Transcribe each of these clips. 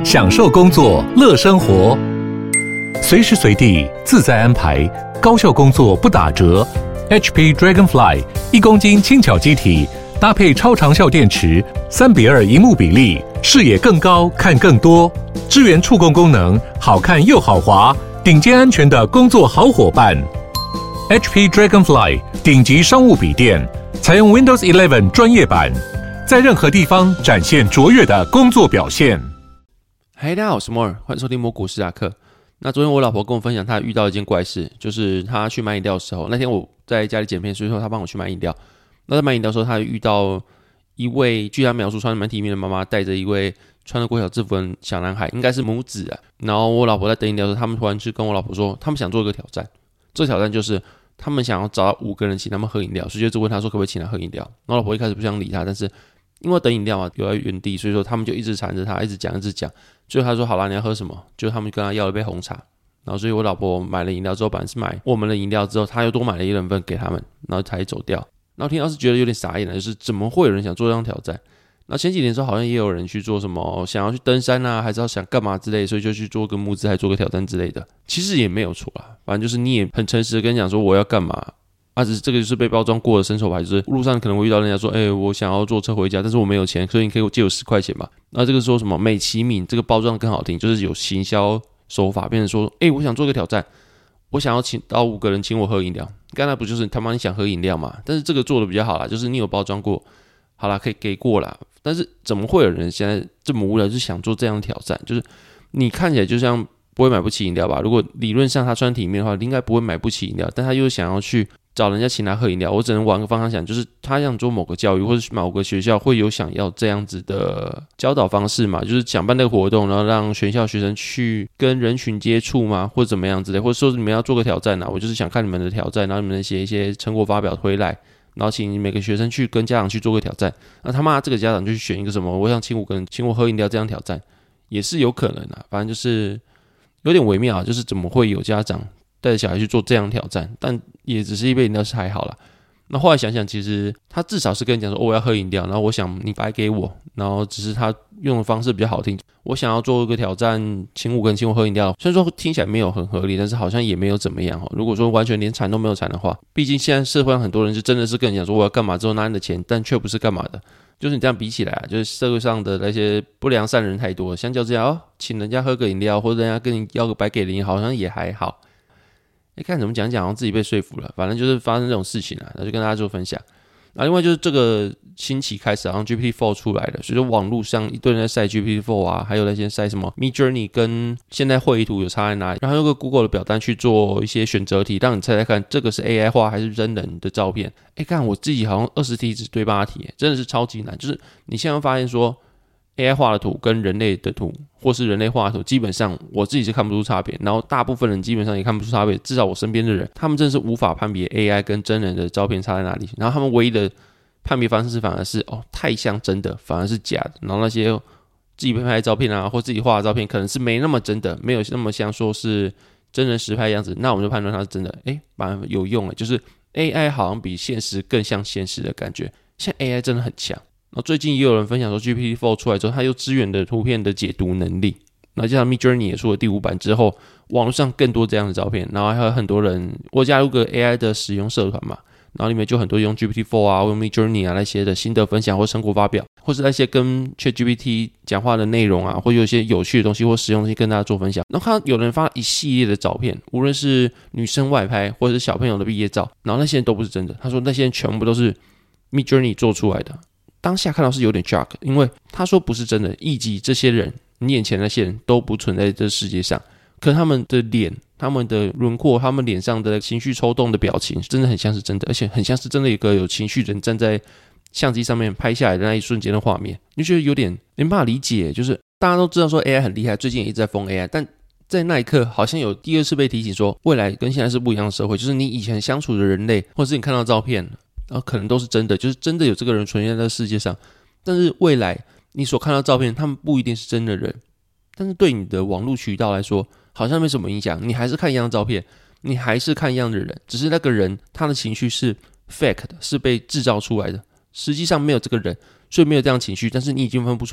享受工作，乐生活，随时随地自在安排，高效工作不打折。HP Dragonfly 1公斤轻巧机体，搭配超长效电池，3:2萤幕比例，视野更高，看更多，支援触控功能，好看又好滑，顶尖安全的工作好伙伴。HP Dragonfly 顶级商务笔电，采用 Windows 11专业版，在任何地方展现卓越的工作表现。 嗨，大家好，我是摩尔，欢迎收听摩股史达克。那昨天我老婆跟我分享她遇到一件怪事，就是她去买饮料的时候，那天我在家里剪片，所以说她帮我去买饮料。那在买饮料的时候，她遇到一位据她描述穿得蛮体面的妈妈，带着一位穿着国小制服的小男孩，应该是母子啊。然后我老婆在等饮料的时候，他们突然去跟我老婆说，他们想做一个挑战。这个挑战就是他们想要找到5个人请他们喝饮料，所以就问他说可不可以请他喝饮料。然后老婆一开始不想理他，但是因为等饮料嘛，留在原地，所以说他们就一直缠着他，一直讲。最后他说好啦，你要喝什么？就他们跟他要了一杯红茶。然后所以我老婆买了饮料之后，本来是买我们的饮料之后，他又多买了1人份给他们，然后才走掉。然后听到是觉得有点傻眼的，就是怎么会有人想做这样挑战？那前几年的时候好像也有人去做什么想要去登山啊，还是要想干嘛之类的，所以就去做个募资，还做个挑战之类的。其实也没有错啦，反正就是你也很诚实的跟你讲说我要干嘛啊，只是这个就是被包装过的伸手牌，就是路上可能会遇到人家说我想要坐车回家，但是我没有钱，所以你可以借我10块钱嘛。那这个说什么美其名这个包装更好听，就是有行销手法变成说我想做个挑战，我想要请到5个人请我喝饮料。刚才不就是他妈你想喝饮料嘛？但是这个做的比较好啦，就是你有包装过，好啦，可以给过啦。但是怎么会有人现在这么无聊，就想做这样的挑战？就是你看起来就像不会买不起饮料吧？如果理论上他穿体面的话，应该不会买不起饮料，但他又想要去找人家请他喝饮料。我只能往个方向想，就是他想做某个教育，或者某个学校会有想要这样子的教导方式嘛？就是想办那个活动，然后让全校学生去跟人群接触嘛，或者怎么样之类，或者说你们要做个挑战啊，我就是想看你们的挑战，然后你们写一些成果发表回来，然后请每个学生去跟家长去做个挑战。那他妈这个家长就去选一个什么，我想请5个人请我喝饮料这样挑战，也是有可能啊。反正就是有点微妙啊，就是怎么会有家长带着小孩去做这样挑战？但也只是一杯饮料是还好啦。那后来想想，其实他至少是跟你讲说我要喝饮料，然后我想你白给我，然后只是他用的方式比较好听。我想要做一个挑战，请5个人请我喝饮料，虽然说听起来没有很合理，但是好像也没有怎么样。如果说完全连缠都没有缠的话，毕竟现在社会上很多人就真的是跟你讲说我要干嘛之后拿你的钱，但却不是干嘛的。就是你这样比起来啊，就是社会上的那些不良善人太多，相较之下请人家喝个饮料，或者人家跟你要个白给零，好像也还好。看怎么讲，好像自己被说服了。反正就是发生这种事情啊，那就跟大家做分享。另外就是这个星期开始，好像 GPT-4 出来了，所以说网络上一堆人在晒 GPT-4 啊，还有那些晒什么 Midjourney 跟现在绘图有差在哪里，然后用个 Google 的表单去做一些选择题，让你猜猜看这个是 AI 画还是真人的照片。看我自己好像20题只对8题，真的是超级难。就是你现在会发现说AI 画的图跟人类的图，或是人类画的图，基本上我自己是看不出差别，然后大部分人基本上也看不出差别，至少我身边的人，他们真的是无法判别 AI 跟真人的照片差在哪里。然后他们唯一的判别方式反而是太像真的，反而是假的。然后那些自己拍的照片啊，或自己画的照片，可能是没那么真的，没有那么像说是真人实拍的样子，那我们就判断它是真的。反而有用就是 AI 好像比现实更像现实的感觉。现在 AI 真的很强。然后最近也有人分享说 GPT-4 出来之后，它又支援的图片的解读能力。那加上 Midjourney 也出了第5版之后，网络上更多这样的照片。然后还有很多人，我加入个 AI 的使用社团嘛，然后里面就很多用 GPT-4 啊，用 Midjourney 啊那些的心得分享或成果发表，或是那些跟 ChatGPT 讲话的内容啊，或有一些有趣的东西或实用的东西跟大家做分享。然后有人发一系列的照片，无论是女生外拍或者是小朋友的毕业照，然后那些人都不是真的。他说那些人全部都是 Midjourney 做出来的。当下看到是有点 shock， 因为他说不是真的，以及这些人，你眼前那些人都不存在这世界上，可他们的脸、他们的轮廓、他们脸上的情绪抽动的表情，真的很像是真的，而且很像是真的一个有情绪人站在相机上面拍下来的那一瞬间的画面，你就觉得有点没办法理解。就是大家都知道说 AI 很厉害，最近也一直在疯 AI， 但在那一刻好像有第2次被提醒说，未来跟现在是不一样的社会，就是你以前相处的人类，或者是你看到的照片，可能都是真的，就是真的有这个人存在在世界上。但是未来你所看到的照片，他们不一定是真的人，但是对你的网络渠道来说，好像没什么影响。你还是看一样的照片，你还是看一样的人，只是那个人他的情绪是 fake 的，是被制造出来的，实际上没有这个人，所以没有这样情绪。但是你已经分不出来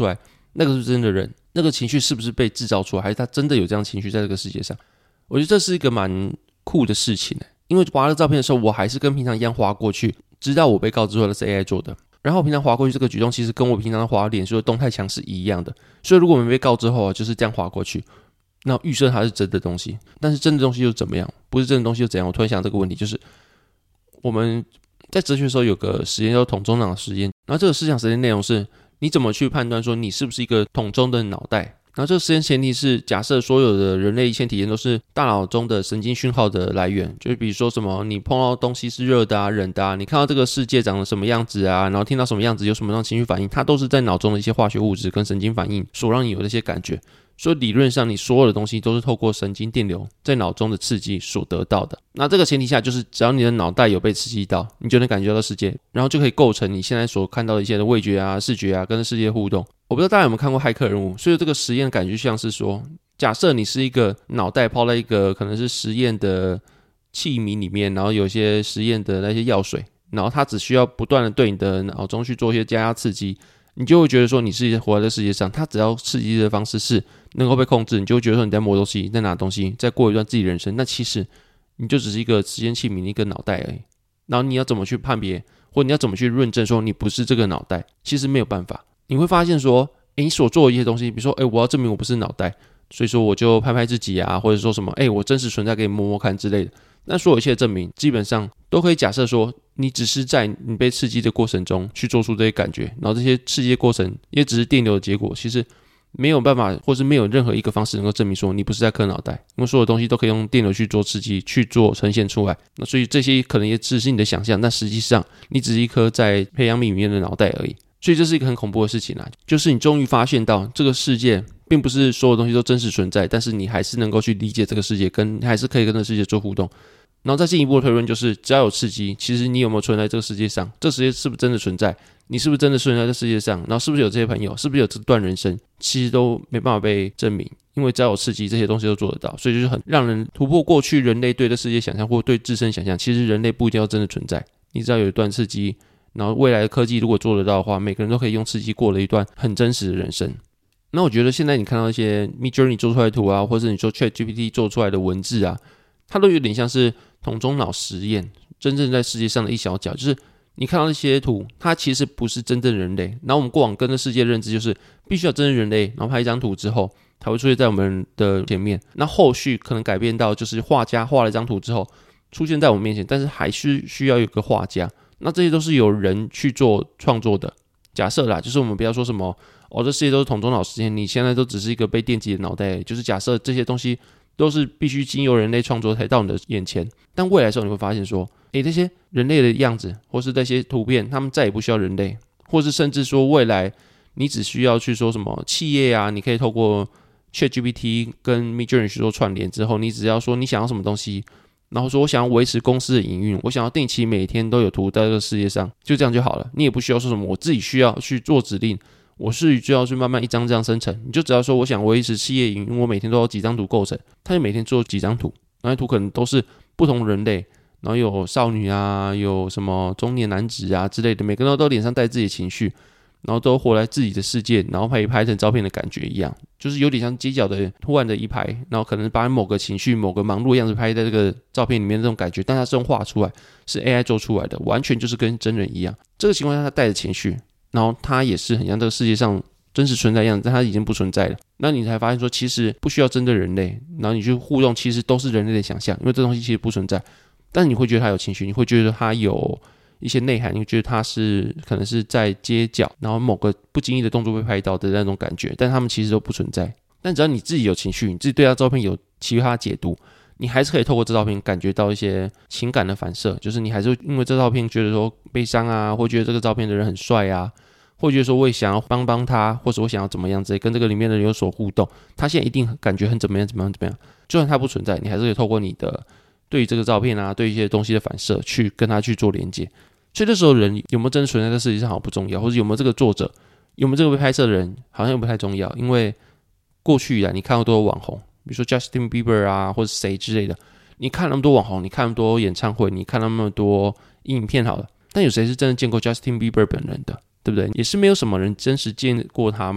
那个是真的人，那个情绪是不是被制造出来，还是他真的有这样情绪在这个世界上？我觉得这是一个蛮酷的事情，因为滑了照片的时候，我还是跟平常一样滑过去，知道我被告知说的是 AI 做的，然后我平常滑过去这个举动其实跟我平常滑脸书的动态墙是一样的，所以如果我们被告知后就是这样滑过去，那预设它是真的东西，但是真的东西又怎么样？不是真的东西又怎样？我突然想这个问题，就是我们在哲学的时候有个实验叫桶中脑实验，然后这个思想实验内容是你怎么去判断说你是不是一个桶中的脑袋。然后这个实验前提是假设所有的人类一切体验都是大脑中的神经讯号的来源，就是比如说什么你碰到东西是热的啊、冷的啊，你看到这个世界长得什么样子啊，然后听到什么样子有什么样的情绪反应，它都是在脑中的一些化学物质跟神经反应所让你有的一些感觉。所以理论上你所有的东西都是透过神经电流在脑中的刺激所得到的。那这个前提下就是只要你的脑袋有被刺激到，你就能感觉到世界，然后就可以构成你现在所看到的一些的味觉啊、视觉啊跟世界互动。我不知道大家有没有看过骇客任务，所以这个实验感觉像是说，假设你是一个脑袋泡在一个可能是实验的器皿里面，然后有一些实验的那些药水，然后它只需要不断的对你的脑中去做一些加压刺激，你就会觉得说你是活在这世界上，它只要刺激的方式是能够被控制，你就会觉得说你在摸东西，在拿东西，在过一段自己人生，那其实你就只是一个时间器皿一个脑袋而已。然后你要怎么去判别，或你要怎么去论证说你不是这个脑袋，其实没有办法。你会发现说你所做的一些东西，比如说我要证明我不是脑袋，所以说我就拍拍自己啊，或者说什么我真实存在给你摸摸看之类的。那所有一切证明基本上都可以假设说你只是在你被刺激的过程中去做出这些感觉，然后这些刺激的过程也只是电流的结果，其实没有办法，或是没有任何一个方式能够证明说你不是在磕脑袋，因为所有东西都可以用电流去做刺激，去做呈现出来。那所以这些可能也只是你的想象，但实际上你只是一颗在培养皿里面的脑袋而已。所以这是一个很恐怖的事情啦，就是你终于发现到这个世界并不是所有东西都真实存在，但是你还是能够去理解这个世界，还是可以跟这个世界做互动。然后再进一步的推论就是，只要有刺激，其实你有没有存在这个世界上，这个世界是不是真的存在，你是不是真的存在这世界上，然后是不是有这些朋友，是不是有这段人生，其实都没办法被证明，因为只要有刺激，这些东西都做得到。所以就是很让人突破过去人类对这世界想象或对自身想象，其实人类不一定要真的存在，你只要有一段刺激，然后未来的科技如果做得到的话，每个人都可以用刺激过了一段很真实的人生。那我觉得现在你看到一些 Midjourney 做出来的图啊，或者你说 ChatGPT 做出来的文字啊，它都有点像是桶中脑实验真正在世界上的一小角，就是你看到那些图，它其实不是真正人类。然后我们过往跟这世界认知就是必须要真正人类，然后拍一张图之后才会出现在我们的前面。那后续可能改变到就是画家画了一张图之后出现在我们面前，但是还是需要有个画家。那这些都是由人去做创作的。假设啦，就是我们不要说什么这世界都是桶中脑实验，你现在都只是一个被电击的脑袋，就是假设这些东西都是必须经由人类创作才到你的眼前。但未来的时候你会发现说这些人类的样子或是这些图片他们再也不需要人类，或是甚至说未来你只需要去说什么企业啊，你可以透过 ChatGPT 跟 Midjourney 去做串联之后，你只要说你想要什么东西，然后说我想要维持公司的营运，我想要定期每天都有图在这个世界上，就这样就好了。你也不需要说什么我自己需要去做指令，我是就要去慢慢一张这样生成，你就只要说我想维持企业营运，我每天都有几张图构成，他就每天做几张图，那些图可能都是不同人类，然后有少女啊，有什么中年男子啊之类的，每个人都脸上带自己的情绪，然后都活在自己的世界，然后拍成照片的感觉一样，就是有点像街角的突然的一排，然后可能把某个情绪某个忙碌的样子拍在这个照片里面的这种感觉，但它是用画出来，是 AI 做出来的，完全就是跟真人一样。这个情况下他带着情绪，然后他也是很像这个世界上真实存在的样子，但他已经不存在了。那你才发现说其实不需要真的人类，然后你去互动其实都是人类的想象，因为这东西其实不存在，但你会觉得他有情绪，你会觉得他有一些内涵，你会觉得他是可能是在街角，然后某个不经意的动作被拍到的那种感觉，但他们其实都不存在。但只要你自己有情绪，你自己对他照片有其他解读，你还是可以透过这照片感觉到一些情感的反射，就是你还是因为这照片觉得说悲伤啊，或觉得这个照片的人很帅啊，或觉得说我也想要帮帮他，或者我想要怎么样之类，跟这个里面的人有所互动，他现在一定感觉很怎么样怎么样怎么样，就算他不存在，你还是可以透过你的对于这个照片啊，对一些东西的反射去跟他去做连接。所以这时候人有没有真的存在在世界上好像不重要，或者有没有这个作者，有没有这个被拍摄的人好像也不太重要，因为过去以来你看到多少网红，比如说 Justin Bieber 啊，或者谁之类的，你看那么多网红，你看那么多演唱会，你看那么多影片好了，但有谁是真的见过 Justin Bieber 本人的，对不对？也是没有什么人真实见过他嘛。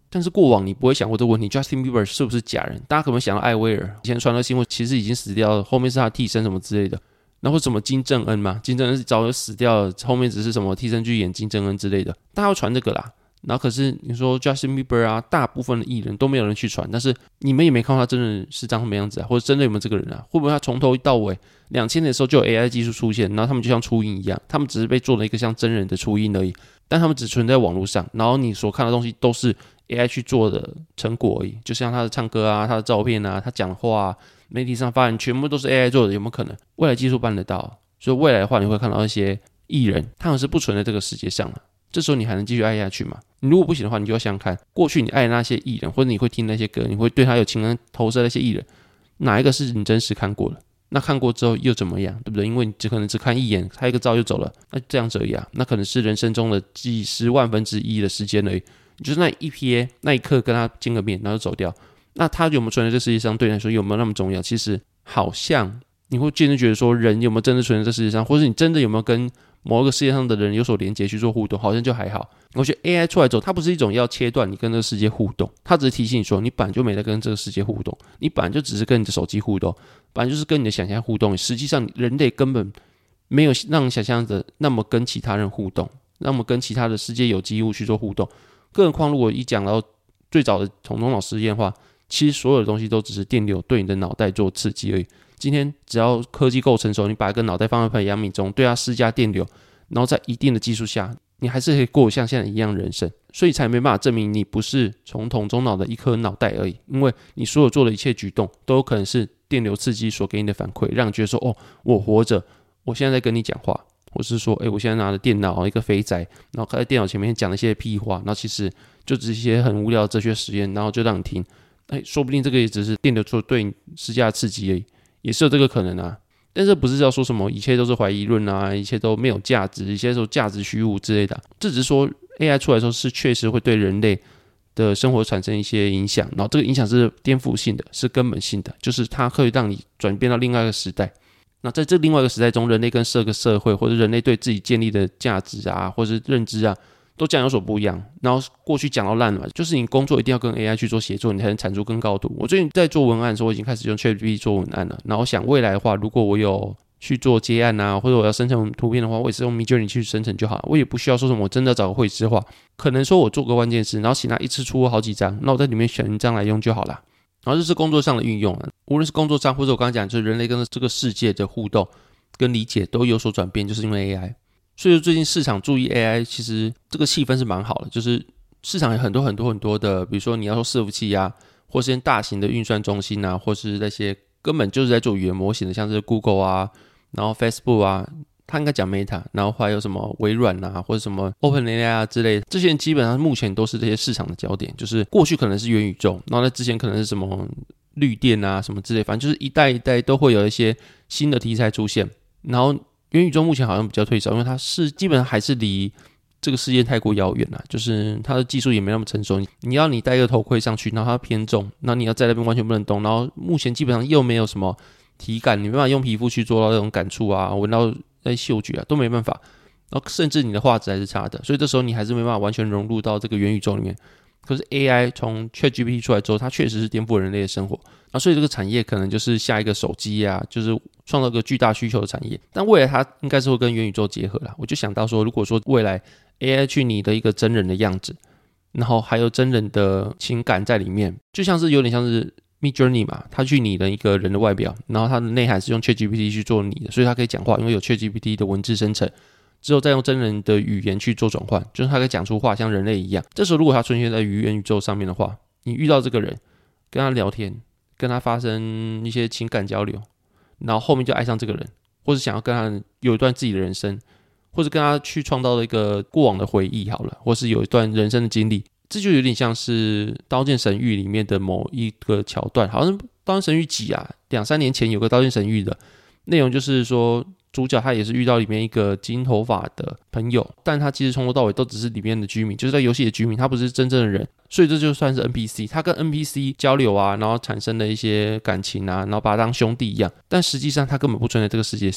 但是过往你不会想过这个问题 ，Justin Bieber 是不是假人？大家可能想到艾薇儿，以前传的新闻其实已经死掉了，后面是他的替身什么之类的。然后什么金正恩嘛，金正恩是早就死掉了，后面只是什么替身去演金正恩之类的，大家要传这个啦。然后可是你说 Justin Bieber 啊，大部分的艺人都没有人去传，但是你们也没看到他真的是长什么样子啊，或者真的有没有这个人啊？会不会他从头到尾2000年的时候就有 AI 技术出现，然后他们就像初音一样，他们只是被做了一个像真人的初音而已，但他们只存在网络上，然后你所看的东西都是 AI 去做的成果而已，就像他的唱歌啊，他的照片啊，他讲的话啊，媒体上发言全部都是 AI 做的，有没有可能？未来技术办得到，所以未来的话你会看到一些艺人，他们是不存在这个世界上了。这时候你还能继续爱下去吗？你如果不行的话，你就要想想看，过去你爱的那些艺人，或者你会听那些歌，你会对他有情感投射的那些艺人，哪一个是你真实看过的？那看过之后又怎么样，对不对？因为你可能只看一眼，拍一个照就走了，那这样子而已啊。那可能是人生中的几十万分之一的时间而已，你就是那一瞥那一刻跟他见个面，然后就走掉。那他有没有存在这世界上，对你来说有没有那么重要？其实好像你会渐渐觉得说，人有没有真的存在这世界上，或是你真的有没有跟某一个世界上的人有所连结去做互动，好像就还好。我觉得 AI 出来之后，它不是一种要切断你跟这个世界互动，它只是提醒你说，你本来就没在跟这个世界互动，你本来就只是跟你的手机互动，本来就是跟你的想象互动。实际上，人类根本没有让你想象的那么跟其他人互动，那么跟其他的世界有机物去做互动。更何况，如果一讲到最早的头脑实验的话，其实所有的东西都只是电流对你的脑袋做刺激而已。今天只要科技够成熟，你把一个脑袋放在培养皿中，对它施加电流，然后在一定的技术下，你还是可以过像现在一样的人生，所以才没办法证明你不是从桶中脑的一颗脑袋而已，因为你所有做的一切举动都有可能是电流刺激所给你的反馈，让你觉得说，哦，我活着，我现在在跟你讲话，或是说，我现在拿着电脑一个肥宅，然后在电脑前面讲一些屁话，然后其实就只是一些很无聊的哲学实验，然后就让你听，说不定这个也只是电流所对你施加的刺激而已，也是有这个可能啊。但是不是要说什么一切都是怀疑论啊，一切都没有价值，一切都价值虚无之类的，这只是说 AI 出来的时候是确实会对人类的生活产生一些影响，然后这个影响是颠覆性的，是根本性的，就是它可以让你转变到另外一个时代。那在这另外一个时代中，人类跟这个社会或者人类对自己建立的价值啊，或是认知啊，都将有所不一样。然后过去讲到烂了嘛，就是你工作一定要跟 AI 去做协作，你才能产出更高度。我最近在做文案的时候，我已经开始用 ChatGPT 做文案了。然后想未来的话，如果我有去做接案啊，或者我要生成图片的话，我也是用 Midjourney 去生成就好了。我也不需要说什么我真的找个绘师画，可能说我做个关键词，然后请他一次出好几张，那我在里面选一张来用就好了。然后这是工作上的运用啊，无论是工作上或者我刚才讲就是人类跟这个世界的互动跟理解都有所转变，就是因为 AI。所以最近市场注意 AI， 其实这个气氛是蛮好的，就是市场有很多的，比如说你要说伺服器啊，或是大型的运算中心啊，或是那些根本就是在做语言模型的，像是 Google 啊，然后 Facebook 啊，他应该讲 Meta， 然后还有什么微软啊，或者什么 OpenAI 啊之类的，这些人基本上目前都是这些市场的焦点，就是过去可能是元宇宙，然后在之前可能是什么绿电啊什么之类，反正就是一代一代都会有一些新的题材出现，然后元宇宙目前好像比较退烧，因为它是基本上还是离这个世界太过遥远了，就是它的技术也没那么成熟。你要你戴一个头盔上去，然后它偏重，那你要在那边完全不能动，然后目前基本上又没有什么体感，你没办法用皮肤去做到那种感触啊，闻到那嗅觉啊都没办法，然后甚至你的画质还是差的，所以这时候你还是没办法完全融入到这个元宇宙里面。可是 AI 从 ChatGPT 出来之后，它确实是颠覆人类的生活，所以这个产业可能就是下一个手机啊，就是创造一个巨大需求的产业。但未来它应该是会跟元宇宙结合啦。我就想到说，如果说未来 AI 去拟的一个真人的样子，然后还有真人的情感在里面，就像是有点像是 Midjourney 嘛，它去拟的一个人的外表，然后它的内涵是用 ChatGPT 去做拟的，所以它可以讲话，因为有 ChatGPT 的文字生成。之后再用真人的语言去做转换，就是他可以讲出话像人类一样。这时候如果他出现在元宇宙上面的话，你遇到这个人跟他聊天，跟他发生一些情感交流，然后后面就爱上这个人，或是想要跟他有一段自己的人生，或是跟他去创造一个过往的回忆好了，或是有一段人生的经历，这就有点像是《刀剑神域》里面的某一个桥段，好像《刀剑神域》几啊，2-3年前有个《刀剑神域》的内容，就是说主角他也是遇到里面一个金头发的朋友，但他其实从头到尾都只是里面的居民，就是在游戏的居民，他不是真正的人，所以这就算是 NPC。他跟 NPC 交流啊，然后产生了一些感情啊，然后把他当兄弟一样，但实际上他根本不存在这个世界上。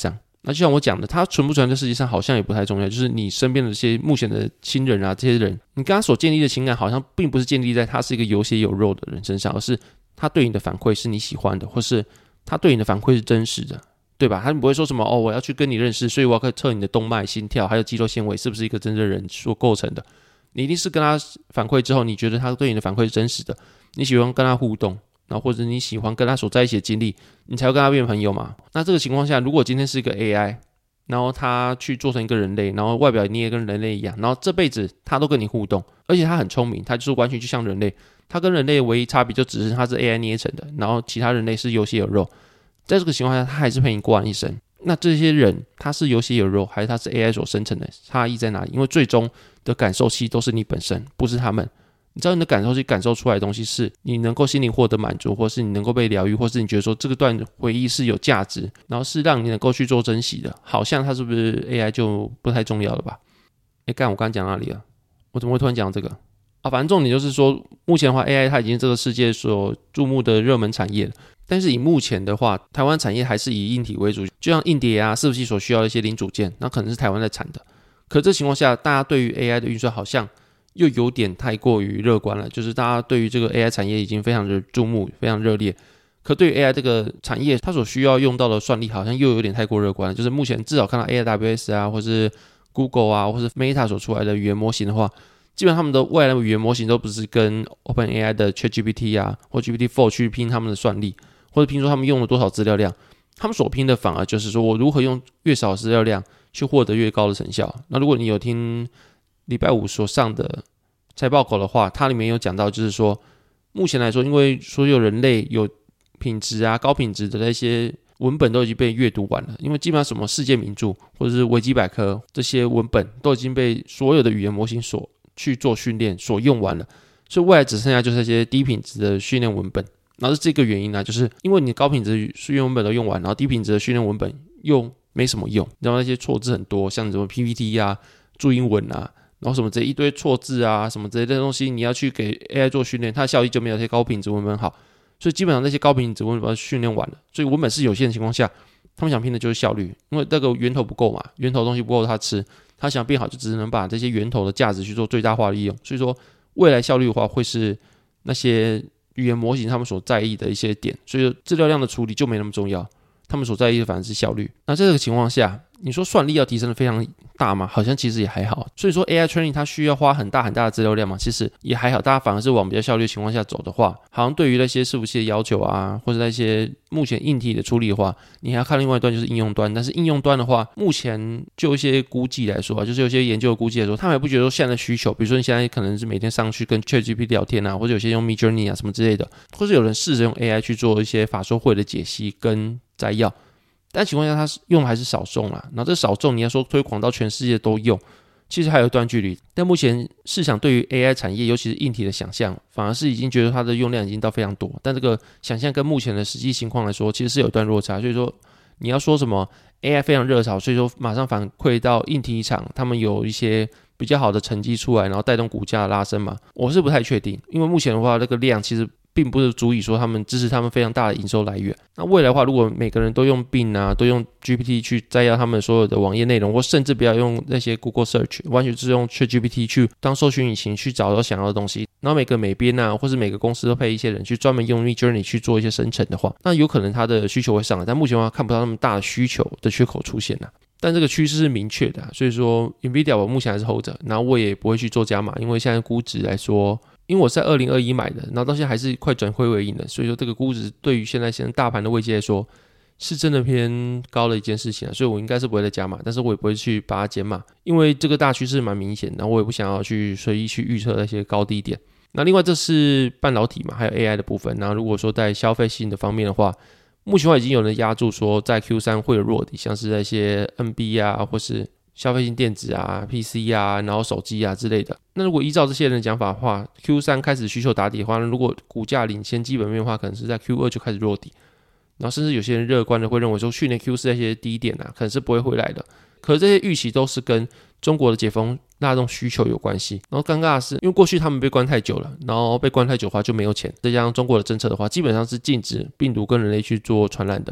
那就像我讲的，它存不存在这世界上好像也不太重要，就是你身边的这些目前的亲人啊，这些人，你跟他所建立的情感好像并不是建立在他是一个有血有肉的人身上，而是他对你的反馈是你喜欢的，或是他对你的反馈是真实的，对吧？他不会说什么我要去跟你认识，所以我要测你的动脉、心跳还有肌肉纤维是不是一个真正的人所构成的。你一定是跟他反馈之后，你觉得他对你的反馈是真实的，你喜欢跟他互动，然后或者你喜欢跟他所在一起的经历，你才会跟他变朋友嘛。那这个情况下，如果今天是一个 AI， 然后他去做成一个人类，然后外表你也跟人类一样，然后这辈子他都跟你互动，而且他很聪明，他就是完全就像人类，他跟人类的唯一差别就只是他是 AI 捏成的，然后其他人类是有血有肉。在这个情况下，他还是陪你过完一生。那这些人他是有血有肉，还是他是 AI 所生成的，差异在哪里？因为最终的感受器都是你本身，不是他们。你知道你的感受器感受出来的东西是你能够心灵获得满足，或是你能够被疗愈，或是你觉得说这个段回忆是有价值，然后是让你能够去做珍惜的，好像它是不是 AI 就不太重要了吧？干我刚刚讲哪里了？我怎么会突然讲这个啊？反正重点就是说，目前的话 AI 它已经是这个世界所注目的热门产业了。但是以目前的话，台湾产业还是以硬体为主，就像硬碟啊、伺服器所需要的一些零组件，那可能是台湾在产的。可这情况下，大家对于 AI 的运算好像又有点太过于乐观了，就是大家对于这个 AI 产业已经非常的注目，非常热烈。可对于 AI 这个产业，它所需要用到的算力好像又有点太过乐观了。就是目前至少看到 AWS 啊，或是 Google 啊，或是 Meta 所出来的语言模型的话，基本上他们的未来的语言模型都不是跟 OpenAI 的 ChatGPT 啊或 GPT-4 去拼他们的算力，或者拼说他们用了多少资料量，他们所拼的反而就是说我如何用越少资料量去获得越高的成效。那如果你有听礼拜五所上的财报狗的话，它里面有讲到，就是说目前来说，因为所有人类有品质啊、高品质的那些文本都已经被阅读完了，因为基本上什么世界名著或者是维基百科这些文本都已经被所有的语言模型所去做训练所用完了，所以未来只剩下就是那些低品质的训练文本。然后是这个原因呢，就是因为你高品质的训练文本都用完，然后低品质的训练文本又没什么用，然后那些错字很多，像什么 PPT 啊、注英文啊，然后什么这一堆错字啊，什么这类的东西，你要去给 AI 做训练，它的效益就没有那些高品质文本好。所以基本上那些高品质文本训练完了，所以文本是有限的情况下，他们想拼的就是效率，因为那个源头不够嘛，源头的东西不够他吃，他想变好就只能把这些源头的价值去做最大化利用。所以说未来效率的话，会是那些语言模型他们所在意的一些点，所以资料量的处理就没那么重要，他们所在意的反而是效率。那在这个情况下，你说算力要提升的非常大吗？好像其实也还好。所以说 AI training 它需要花很大很大的资料量嘛，其实也还好。大家反而是往比较效率的情况下走的话，好像对于那些伺服器的要求啊，或者那些目前硬体的处理的话，你还要看另外一端就是应用端。但是应用端的话，目前就一些估计来说啊，就是有些研究的估计来说，他们也不觉得说现在的需求，比如说你现在可能是每天上去跟 ChatGPT 聊天啊，或者有些用 Midjourney 啊什么之类的，或者有人试着用 AI 去做一些法说会的解析跟摘要。但情况下，它用的还是少众啦。然后这少众，你要说推广到全世界都用，其实还有一段距离。但目前市场对于 AI 产业，尤其是硬体的想象，反而是已经觉得它的用量已经到非常多。但这个想象跟目前的实际情况来说，其实是有一段落差。所以说，你要说什么 AI 非常热潮，所以说马上反馈到硬体厂，他们有一些比较好的成绩出来，然后带动股价的拉升嘛？我是不太确定，因为目前的话，那个量其实并不是足以说他们支持他们非常大的营收来源。那未来的话，如果每个人都用 Bing 啊，都用 GPT 去摘要他们所有的网页内容，或甚至不要用那些 Google Search， 完全是用 ChatGPT 去当搜寻引擎去找到想要的东西，然后每个美编啊，或是每个公司都配一些人去专门用 Midjourney 去做一些生成的话，那有可能它的需求会上来。但目前的话，看不到那么大的需求的缺口出现啊。但这个趋势是明确的所以说 Nvidia 我目前还是 hold 着，然后我也不会去做加码，因为现在估值来说，因为我是在2021买的，然后到现在还是快转亏为盈的，所以说这个估值对于现在大盘的位阶来说，是真的偏高的一件事情所以我应该是不会再加码，但是我也不会去把它减码，因为这个大趋势蛮明显，然后我也不想要去随意去预测那些高低点。那另外这是半导体嘛，还有 AI 的部分。那如果说在消费性的方面的话，目前的话已经有人压住说在 Q3 会有弱底，像是那些 NB 啊，或是消费性电子啊、PC 啊，然后手机啊之类的。那如果依照这些人的讲法的话， Q3 开始需求打底的话，如果股价领先基本面的话，可能是在 Q2 就开始落底。然后甚至有些人乐观的会认为说，去年 Q4 那些低点可能是不会回来的。可是这些预期都是跟中国的解封拉动需求有关系。然后尴尬的是，因为过去他们被关太久了，然后被关太久的话就没有钱，再加上中国的政策的话，基本上是禁止病毒跟人类去做传染的。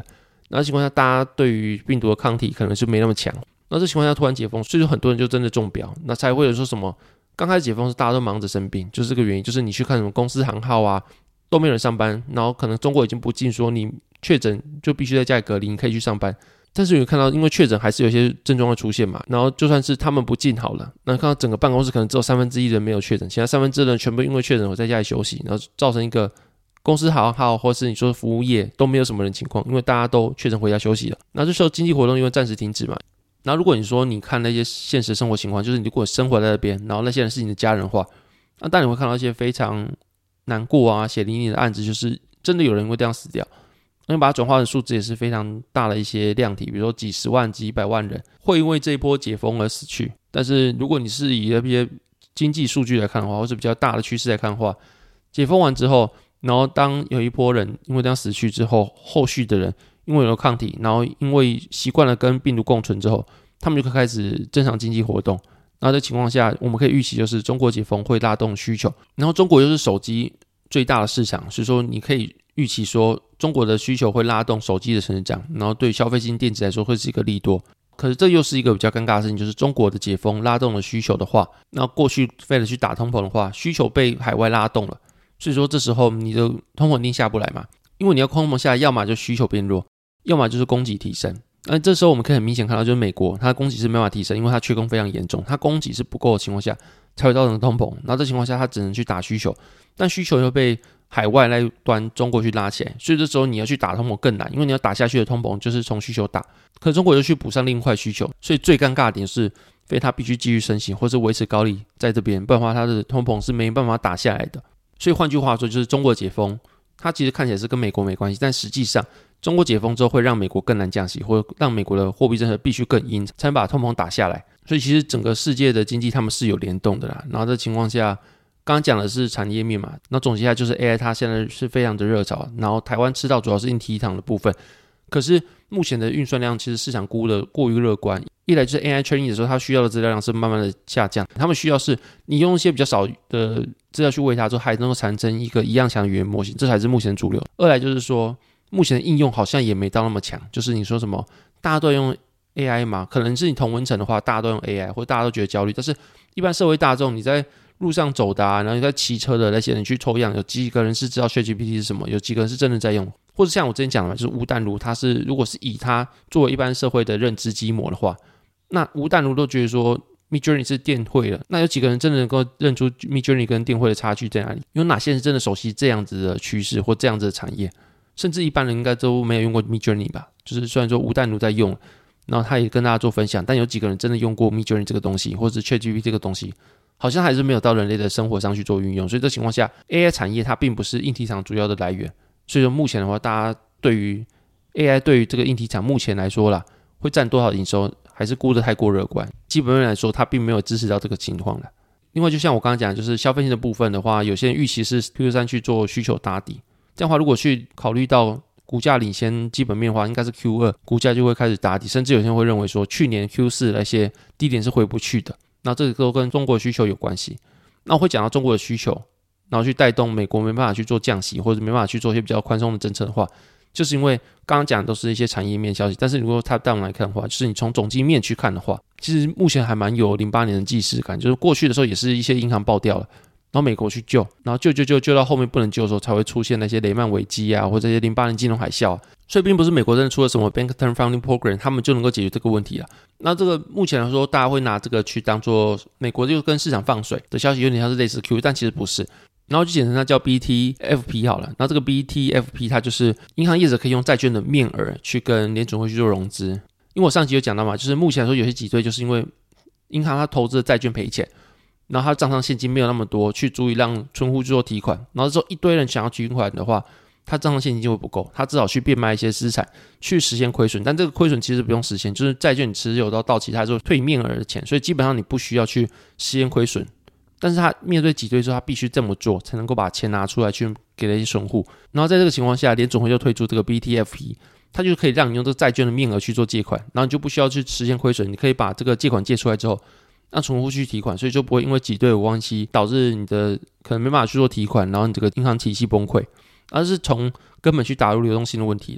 那情况下大家对于病毒的抗体可能是没那么强，那这情况下突然解封，所以说很多人就真的中标，那才会有说什么刚开始解封是大家都忙着生病，就是这个原因，就是你去看什么公司行号啊都没有人上班，然后可能中国已经不禁说你确诊就必须在家里隔离，你可以去上班，但是有看到因为确诊还是有一些症状会出现嘛，然后就算是他们不禁好了，那看到整个办公室可能只有1/3人没有确诊，其他1/3人全部因为确诊我在家里休息，然后造成一个公司行号或是你说服务业都没有什么人情况，因为大家都确诊回家休息了，那这时候经济活动因为暂时停止嘛。然后如果你说你看那些现实生活情况，就是你如果生活在那边，然后那些人是你的家人的话，那当然你会看到一些非常难过啊血淋淋的案子，就是真的有人会这样死掉，那你把它转化成数字也是非常大的一些量体，比如说几十万几百万人会因为这一波解封而死去。但是如果你是以那些经济数据来看的话，或是比较大的趋势来看的话，解封完之后，然后当有一波人因为这样死去之后，后续的人因为有抗体，然后因为习惯了跟病毒共存之后，他们就可以开始正常经济活动。那这情况下，我们可以预期就是中国解封会拉动需求，然后中国又是手机最大的市场，所以说你可以预期说中国的需求会拉动手机的成长，然后对消费性电子来说会是一个利多。可是这又是一个比较尴尬的事情，就是中国的解封拉动了需求的话，那过去为了去打通膨的话，需求被海外拉动了，所以说这时候你的通膨一定下不来嘛，因为你要通膨下来，要么就需求变弱，要么就是供给提升。那这时候我们可以很明显看到，就是美国它的供给是没办法提升，因为它缺工非常严重，它供给是不够的情况下才会造成通膨，然后这情况下它只能去打需求，但需求又被海外那一端中国去拉起来，所以这时候你要去打通膨更难，因为你要打下去的通膨就是从需求打，可是中国又去补上另一块需求，所以最尴尬的点是非它必须继续升息或是维持高利在这边，不然的话它的通膨是没办法打下来的。所以换句话说，就是中国解封它其实看起来是跟美国没关系，但实际上中国解封之后会让美国更难降息，或让美国的货币政策必须更硬，才能把通膨打下来。所以其实整个世界的经济他们是有联动的啦。然后这情况下，刚刚讲的是产业面嘛，那总结下就是 AI 它现在是非常的热潮，然后台湾吃到主要是硬体厂的部分，可是目前的运算量其实市场估的过于乐观，一来就是 AI training 的时候它需要的资料量是慢慢的下降，他们需要是你用一些比较少的资料去喂它之后还能够产生一个一样强的语言模型，这才是目前的主流。二来就是说目前的应用好像也没到那么强，就是你说什么大家都用 AI 嘛，可能是你同温层的话大家都用 AI 或者大家都觉得焦虑，但是一般社会大众你在路上走的然后你在骑车的那些人去抽样，有几个人是知道 ChatGPT 是什么，有几个人是真的在用，或者像我之前讲的嘛，就是吴淡如他是如果是以他作为一般社会的认知基模的话，那吴淡如都觉得说 Midjourney 是电绘了，那有几个人真的能够认出 Midjourney 跟电绘的差距在哪里？有哪些人真的熟悉这样子的趋势或这样子的产业？甚至一般人应该都没有用过 Midjourney 吧，就是虽然说吴淡如在用，然后他也跟大家做分享，但有几个人真的用过 Midjourney 这个东西，或者是 ChatGPT 这个东西，好像还是没有到人类的生活上去做运用。所以这情况下 AI 产业它并不是硬体厂主要的来源，所以说目前的话大家对于 AI 对于这个硬体厂目前来说啦会占多少营收还是估得太过乐观，基本面来说它并没有支持到这个情况啦。另外就像我刚刚讲，就是消费性的部分的话，有些人预期是 Q3 去做需求打底，这样的话如果去考虑到股价领先基本面的话，应该是 Q2 股价就会开始打底，甚至有些人会认为说去年 Q4 那些低点是回不去的，那这个都跟中国的需求有关系。那我会讲到中国的需求，然后去带动美国没办法去做降息，或者没办法去做一些比较宽松的政策的话，就是因为刚刚讲的都是一些产业面消息，但是如果它down来看的话，就是你从总经面去看的话，其实目前还蛮有08年的既视感，就是过去的时候也是一些银行爆掉了，然后美国去救，然后救到后面不能救的时候才会出现那些雷曼危机啊，或者这些08年金融海啸所以并不是美国真的出了什么 Bank Term Funding Program 他们就能够解决这个问题了。那这个目前来说大家会拿这个去当做美国就跟市场放水的消息，有点像是类似 QE， 但其实不是，然后就简称它叫 BTFP 好了。然后这个 BTFP 它就是银行业者可以用债券的面额去跟联准会去做融资，因为我上集有讲到嘛，就是目前来说有些挤兑就是因为银行它投资的债券赔钱，然后它账上现金没有那么多去足以让存户去做提款，然后之后一堆人想要提款的话，他账上现金就会不够，他只好去变卖一些资产去实现亏损，但这个亏损其实不用实现，就是债券你持有到期它就退面额的钱，所以基本上你不需要去实现亏损，但是他面对挤兑之后他必须这么做才能够把钱拿出来去给那些存户，然后在这个情况下联准会就推出这个 BTFP， 它就可以让你用这个债券的面额去做借款，然后你就不需要去实现亏损，你可以把这个借款借出来之后让存户去提款，所以就不会因为挤兑的关系导致你的可能没办法去做提款，然后你这个银行体系崩溃，而是从根本去打入流动性的问题啦。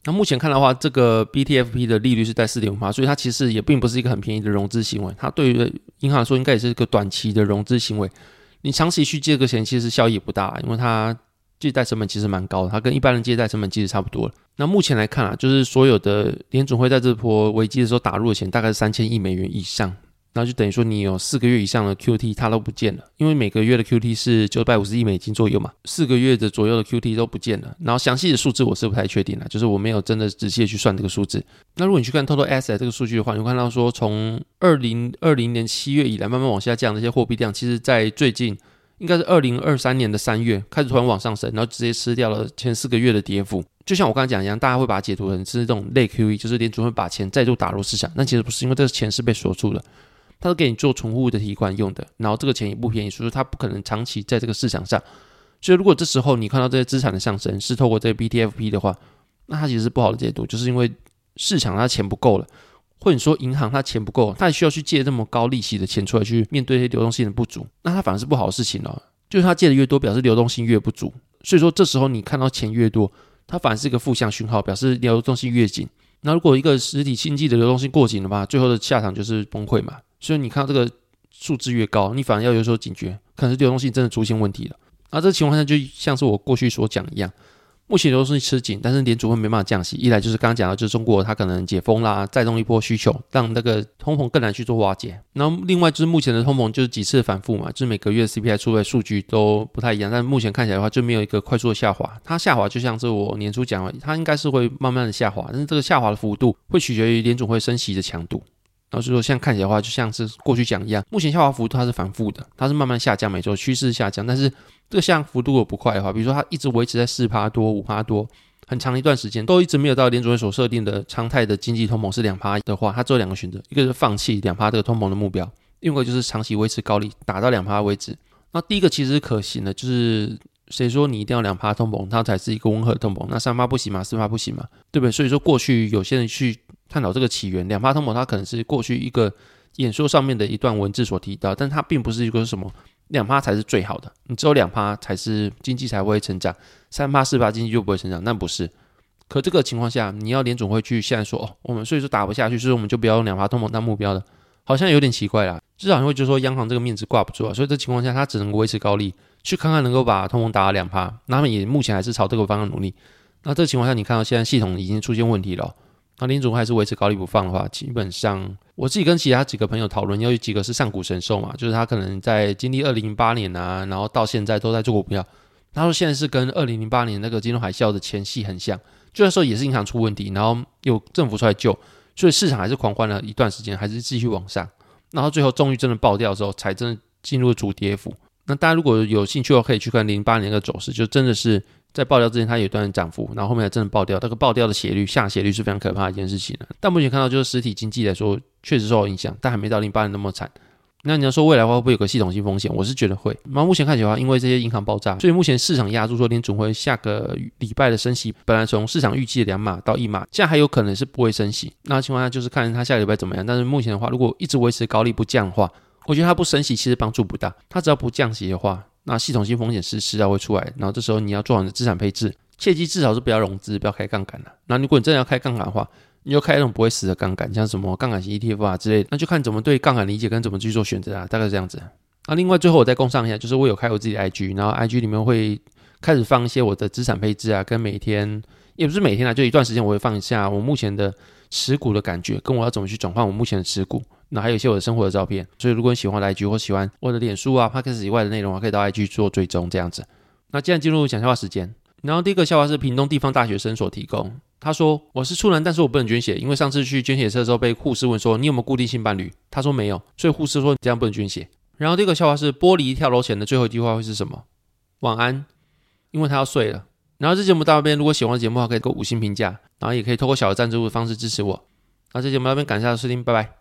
那目前看的话，这个 BTFP 的利率是在 4.5%， 所以它其实也并不是一个很便宜的融资行为，它对于银行来说应该也是一个短期的融资行为，你长期去借这个钱其实效益不大，因为它借贷成本其实蛮高的，它跟一般人借贷成本其实差不多了。那目前来看就是所有的联准会在这波危机的时候打入的钱大概是3000亿美元以上，然后就等于说你有4个月以上的 QT 它都不见了，因为每个月的 QT 是950亿美金左右嘛，4个月的左右的 QT 都不见了。然后详细的数字我是不太确定啦，就是我没有真的仔细的去算这个数字。那如果你去看 Total Asset 这个数据的话，你会看到说从2020年7月以来慢慢往下降的这些货币量，其实在最近应该是2023年的3月开始突然往上升，然后直接吃掉了前4个月的跌幅。就像我刚才讲一样，大家会把它解读成是这种类 QE， 就是联准会把钱再度打入市场，但其实不是，因为这个钱是被锁住的，它是给你做存户的提款用的，然后这个钱也不便宜，所以说它不可能长期在这个市场上。所以如果这时候你看到这些资产的上升是透过这个 BTFP 的话，那它其实是不好的解读，就是因为市场它钱不够了，或者说银行它钱不够，它需要去借这么高利息的钱出来去面对这些流动性的不足，那它反而是不好的事情了。就是它借的越多，表示流动性越不足，所以说这时候你看到钱越多，它反而是一个负向讯号，表示流动性越紧。那如果一个实体经济的流动性过紧的话，最后的下场就是崩溃嘛。所以你看到这个数字越高，你反而要有所警觉，可能是流动性真的出现问题了。那这个情况下就像是我过去所讲一样，目前流动性吃紧，但是联储会没办法降息，一来就是刚刚讲到，就是中国它可能解封啦，带动一波需求，让那个通膨更难去做瓦解。然后另外就是目前的通膨就是几次的反复嘛，就是每个月 CPI 出来的数据都不太一样，但目前看起来的话就没有一个快速的下滑。它下滑就像是我年初讲的，它应该是会慢慢的下滑，但是这个下滑的幅度会取决于联储会升息的强度。然后所以说现在看起来的话就像是过去讲一样，目前下滑幅度它是反复的，它是慢慢下降，每周趋势下降，但是这个下降幅度如果不快的话，比如说它一直维持在 4% 多 5% 多很长一段时间都一直没有到联准会所设定的常态的经济通膨是 2% 的话，它只有2个选择，一个是放弃 2% 这个通膨的目标，另外一个就是长期维持高利打到 2% 为止。那第一个其实是可行的，就是谁说你一定要 2% 通膨它才是一个温和的通膨，那 3% 不行吗？ 4% 不行吗？对不对？所以说过去有些人去探讨这个起源， 2% 通膨它可能是过去一个演说上面的一段文字所提到，但它并不是一个什么 2% 才是最好的，你只有 2% 才是经济才会成长， 3% 4% 经济就不会成长，那不是。可这个情况下你要联准会去现在说我们所以说打不下去，所以我们就不要用 2% 通膨当目标了，好像有点奇怪啦。至少会觉得说央行这个面子挂不住啊，所以这情况下它只能维持高利，去看看能够把通膨打到 2%， 那他们也目前还是朝这个方向努力。那这个情况下你看到现在系统已经出现问题了，那联准会还是维持高利不放的话，基本上我自己跟其他几个朋友讨论，有几个是上古神兽嘛，就是他可能在经历2008年啊，然后到现在都在做股票，他说现在是跟2008年那个金融海啸的前夕很像，就那时候也是银行出问题，然后有政府出来救，所以市场还是狂欢了一段时间，还是继续往上，然后最后终于真的爆掉的时候才真的进入主跌幅。那大家如果有兴趣的话可以去看08年那个走势，就真的是在爆掉之前它有一段涨幅，然后后面还真的爆掉，那个爆掉的斜率下斜率是非常可怕的一件事情的。但目前看到就是实体经济来说确实受到影响，但还没到08年那么惨。那你要说未来的话会不会有个系统性风险，我是觉得会。那目前看起来的话，因为这些银行爆炸，所以目前市场压住说联准会下个礼拜的升息，本来从市场预计的2码到1码，现在还有可能是不会升息。那情况下就是看它下个礼拜怎么样，但是目前的话如果一直维持高利不降的话，我觉得它不升息其实帮助不大，它只要不降息的话，那系统性风险是迟早会出来，然后这时候你要做好你的资产配置，切记至少是不要融资，不要开杠杆了。那如果你真的要开杠杆的话，你就开那种不会死的杠杆，像什么杠杆型 ETF 啊之类的，那就看怎么对杠杆理解跟怎么去做选择啊，大概是这样子。那另外最后我再工商一下，就是我有开我自己的 IG， 然后 IG 里面会开始放一些我的资产配置啊，跟每天也不是每天啦，就一段时间我会放一下我目前的持股的感觉，跟我要怎么去转换我目前的持股，那还有一些我的生活的照片。所以如果你喜欢我的 IG 或喜欢我的脸书啊 Podcast 以外的内容，可以到 IG 做追踪这样子。那接下来进入讲笑话时间，然后第一个笑话是屏东地方大学生所提供。他说我是处男，但是我不能捐血，因为上次去捐血车的时候被护士问说你有没有固定性伴侣，他说没有，所以护士说你这样不能捐血。然后第二个笑话是玻璃跳楼前的最后一句话会是什么？晚安，因为他要睡了。然后这节目到这边，如果喜欢的节目的话可以给我5星评价，然后也可以透过小的赞助的方式支持我。那这节目到这边感谢大家收听，拜拜。